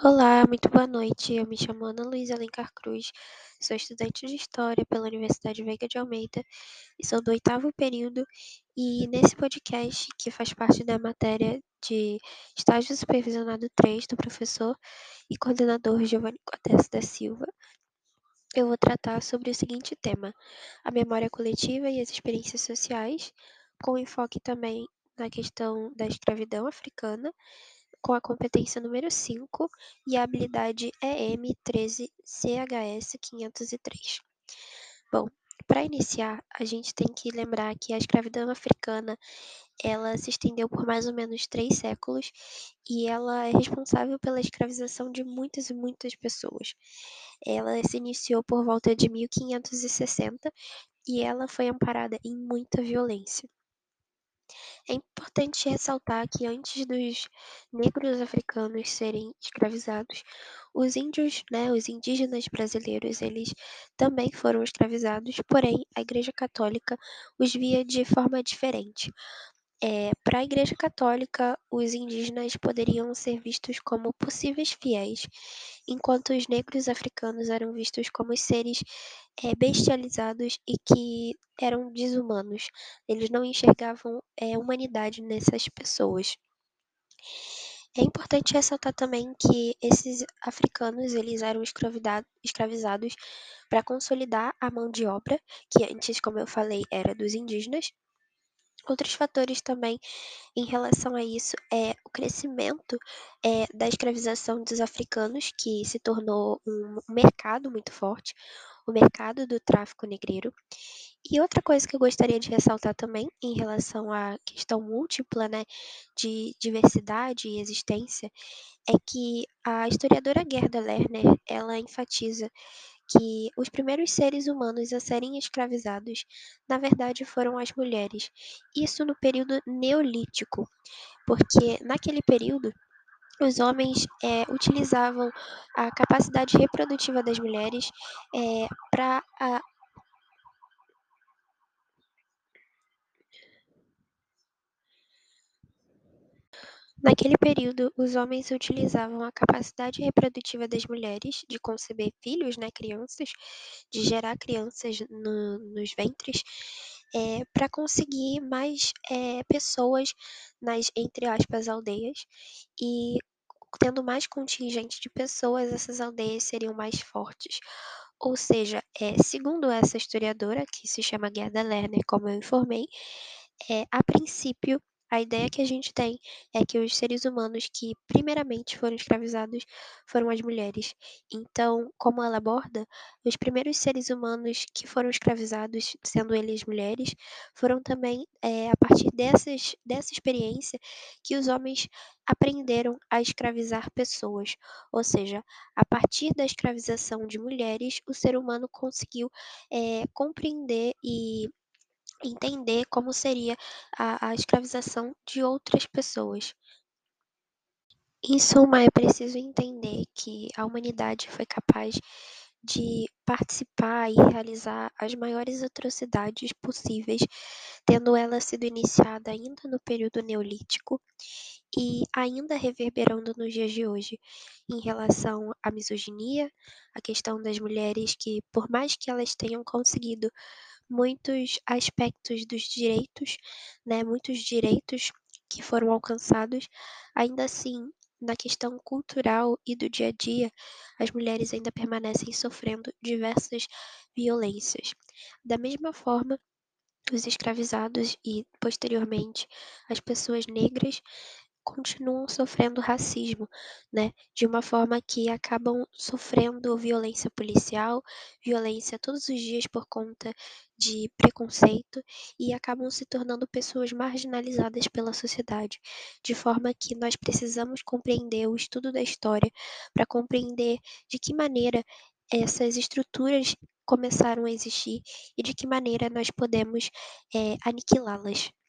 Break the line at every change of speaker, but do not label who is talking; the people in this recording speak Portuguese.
Olá, muito boa noite. Eu me chamo Ana Luísa Alencar Cruz, sou estudante de História pela Universidade Veiga de Almeida e sou do oitavo período. E nesse podcast, que faz parte da matéria de Estágio Supervisionado 3 do professor e coordenador Giovanni Cortes da Silva, eu vou tratar sobre o seguinte tema: a memória coletiva e as experiências sociais, com enfoque também na questão da escravidão africana, com a competência número 5 e a habilidade EM13CHS 503. Bom, para iniciar, a gente tem que lembrar que a escravidão africana, ela se estendeu por mais ou menos 3 séculos e ela é responsável pela escravização de muitas e muitas pessoas. Ela se iniciou por volta de 1560 e ela foi amparada em muita violência. É importante ressaltar que antes dos negros africanos serem escravizados, os índios, os indígenas brasileiros, eles também foram escravizados, porém a Igreja Católica os via de forma diferente. Para a Igreja Católica, os indígenas poderiam ser vistos como possíveis fiéis, enquanto os negros africanos eram vistos como seres bestializados e que eram desumanos. Eles não enxergavam humanidade nessas pessoas. É importante ressaltar também que esses africanos eles eram escravizados para consolidar a mão de obra, que antes, como eu falei, era dos indígenas. Outros fatores também em relação a isso é o crescimento da escravização dos africanos, que se tornou um mercado muito forte, o mercado do tráfico negreiro. E outra coisa que eu gostaria de ressaltar também em relação à questão múltipla, de diversidade e existência, é que a historiadora Gerda Lerner, ela enfatiza que os primeiros seres humanos a serem escravizados, na verdade, foram as mulheres. Isso no período neolítico, porque naquele período os homens utilizavam a capacidade reprodutiva das mulheres para Naquele período, os homens utilizavam a capacidade reprodutiva das mulheres de conceber filhos, crianças, de gerar crianças nos ventres, para conseguir mais pessoas nas, entre aspas, aldeias, e tendo mais contingente de pessoas, essas aldeias seriam mais fortes. Ou seja, segundo essa historiadora, que se chama Gerda Lerner, como eu informei, a princípio, a ideia que a gente tem é que os seres humanos que primeiramente foram escravizados foram as mulheres. Então, como ela aborda, os primeiros seres humanos que foram escravizados, sendo eles mulheres, foram também a partir dessa experiência que os homens aprenderam a escravizar pessoas. Ou seja, a partir da escravização de mulheres, o ser humano conseguiu compreender e entender como seria a escravização de outras pessoas. Em suma, é preciso entender que a humanidade foi capaz de participar e realizar as maiores atrocidades possíveis, tendo ela sido iniciada ainda no período neolítico e ainda reverberando nos dias de hoje, em relação à misoginia, a questão das mulheres que, por mais que elas tenham conseguido muitos aspectos dos direitos, muitos direitos que foram alcançados, ainda assim, na questão cultural e do dia a dia, as mulheres ainda permanecem sofrendo diversas violências. Da mesma forma, os escravizados e, posteriormente, as pessoas negras continuam sofrendo racismo, de uma forma que acabam sofrendo violência policial, violência todos os dias por conta de preconceito e acabam se tornando pessoas marginalizadas pela sociedade, de forma que nós precisamos compreender o estudo da história para compreender de que maneira essas estruturas começaram a existir e de que maneira nós podemos aniquilá-las.